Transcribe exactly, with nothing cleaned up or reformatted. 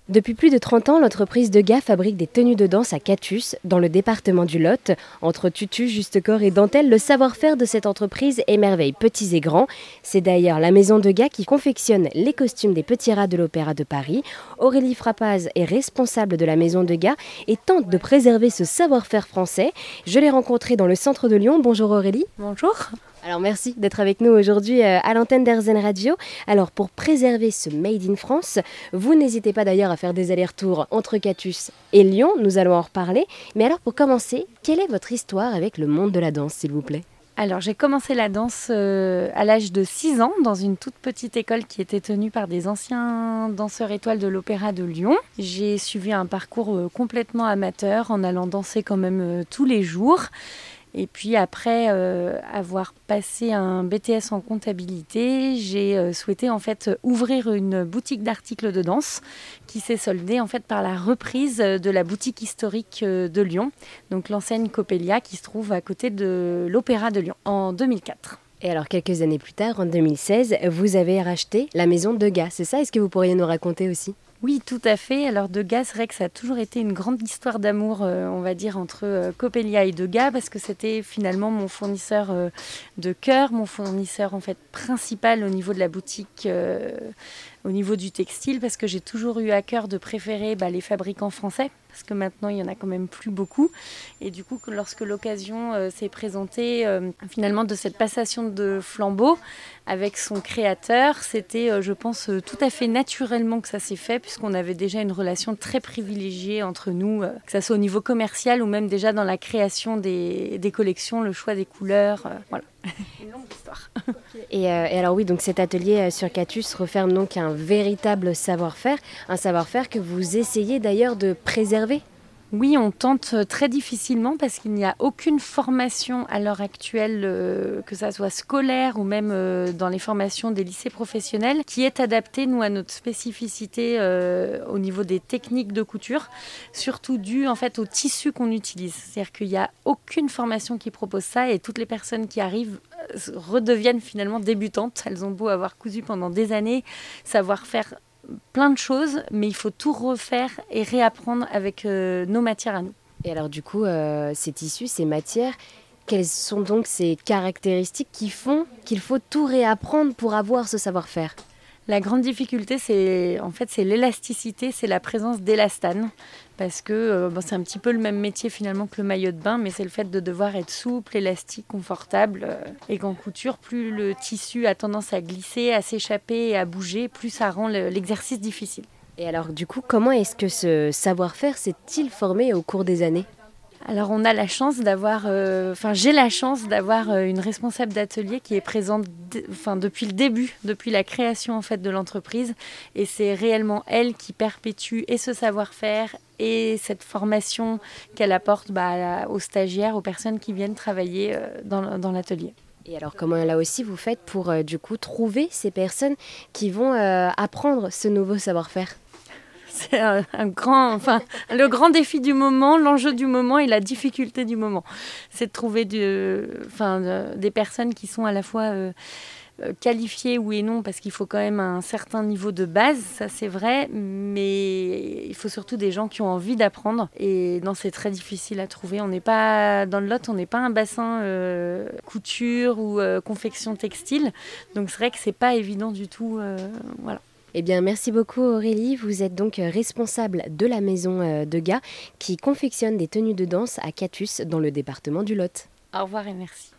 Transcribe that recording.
Depuis plus de trente ans, l'entreprise Degas fabrique des tenues de danse à Catus, dans le département du Lot. Entre tutus, juste-corps et dentelle, le savoir-faire de cette entreprise émerveille petits et grands. C'est d'ailleurs la maison Degas qui confectionne les costumes des petits rats de l'Opéra de Paris. Aurélie Frappaz est responsable de la maison Degas et tente de préserver ce savoir-faire français. Je l'ai rencontrée dans le centre de Lyon. Bonjour Aurélie. Bonjour. Alors merci d'être avec nous aujourd'hui à l'antenne d'Airzen Radio. Alors pour préserver ce Made in France, vous n'hésitez pas d'ailleurs à faire des allers-retours entre Catus et Lyon, nous allons en reparler. Mais alors pour commencer, quelle est votre histoire avec le monde de la danse s'il vous plaît ? Alors j'ai commencé la danse euh, à l'âge de six ans dans une toute petite école qui était tenue par des anciens danseurs étoiles de l'Opéra de Lyon. J'ai suivi un parcours euh, complètement amateur en allant danser quand même euh, tous les jours. Et puis après euh, avoir passé un B T S en comptabilité, j'ai euh, souhaité en fait ouvrir une boutique d'articles de danse qui s'est soldée en fait par la reprise de la boutique historique de Lyon, donc l'enseigne Coppelia qui se trouve à côté de l'Opéra de Lyon en deux mille quatre. Et alors quelques années plus tard, en deux mille seize, vous avez racheté la maison Degas, c'est ça ? Est-ce que vous pourriez nous raconter aussi ? Oui, tout à fait. Alors Degas, c'est vrai que ça a toujours été une grande histoire d'amour, euh, on va dire, entre euh, Coppelia et Degas, parce que c'était finalement mon fournisseur euh, de cœur, mon fournisseur en fait principal au niveau de la boutique, euh, au niveau du textile, parce que j'ai toujours eu à cœur de préférer bah, les fabricants français, parce que maintenant il y en a quand même plus beaucoup. Et du coup, lorsque l'occasion euh, s'est présentée euh, finalement de cette passation de flambeau avec son créateur, c'était, euh, je pense, euh, tout à fait naturellement que ça s'est fait, puisqu'on avait déjà une relation très privilégiée entre nous, euh, que ce soit au niveau commercial ou même déjà dans la création des, des collections, le choix des couleurs, euh, voilà. Une longue histoire. Et, euh, et alors oui, donc cet atelier sur Catus referme donc un véritable savoir-faire, un savoir-faire que vous essayez d'ailleurs de préserver. Oui, on tente très difficilement parce qu'il n'y a aucune formation à l'heure actuelle, euh, que ça soit scolaire ou même euh, dans les formations des lycées professionnels, qui est adaptée, nous, à notre spécificité euh, au niveau des techniques de couture, surtout dû en fait au tissu qu'on utilise. C'est-à-dire qu'il n'y a aucune formation qui propose ça et toutes les personnes qui arrivent euh, redeviennent finalement débutantes. Elles ont beau avoir cousu pendant des années, savoir faire plein de choses, mais il faut tout refaire et réapprendre avec euh, nos matières à nous. Et alors du coup, euh, ces tissus, ces matières, quelles sont donc ces caractéristiques qui font qu'il faut tout réapprendre pour avoir ce savoir-faire ? La grande difficulté, c'est en fait c'est l'élasticité, c'est la présence d'élastane, parce que euh, bon, c'est un petit peu le même métier finalement que le maillot de bain, mais c'est le fait de devoir être souple, élastique, confortable, euh, et qu'en couture, plus le tissu a tendance à glisser, à s'échapper et à bouger, plus ça rend le, l'exercice difficile. Et alors du coup, comment est-ce que ce savoir-faire s'est-il formé au cours des années ? Alors on a la chance d'avoir, euh, enfin j'ai la chance d'avoir euh, une responsable d'atelier qui est présente, d- enfin depuis le début, depuis la création en fait de l'entreprise, et c'est réellement elle qui perpétue et ce savoir-faire et cette formation qu'elle apporte bah, aux stagiaires, aux personnes qui viennent travailler euh, dans, dans l'atelier. Et alors comment là aussi vous faites pour euh, du coup trouver ces personnes qui vont euh, apprendre ce nouveau savoir-faire ? C'est un, un grand, enfin, le grand défi du moment, l'enjeu du moment et la difficulté du moment. C'est de trouver du, enfin, de, des personnes qui sont à la fois euh, qualifiées, oui et non, parce qu'il faut quand même un certain niveau de base, ça c'est vrai, mais il faut surtout des gens qui ont envie d'apprendre. Et non, c'est très difficile à trouver. On n'est pas, dans le Lot, on n'est pas un bassin euh, couture ou euh, confection textile, donc c'est vrai que c'est pas évident du tout, euh, voilà. Eh bien, merci beaucoup Aurélie. Vous êtes donc responsable de la maison Degas qui confectionne des tenues de danse à Catus dans le département du Lot. Au revoir et merci.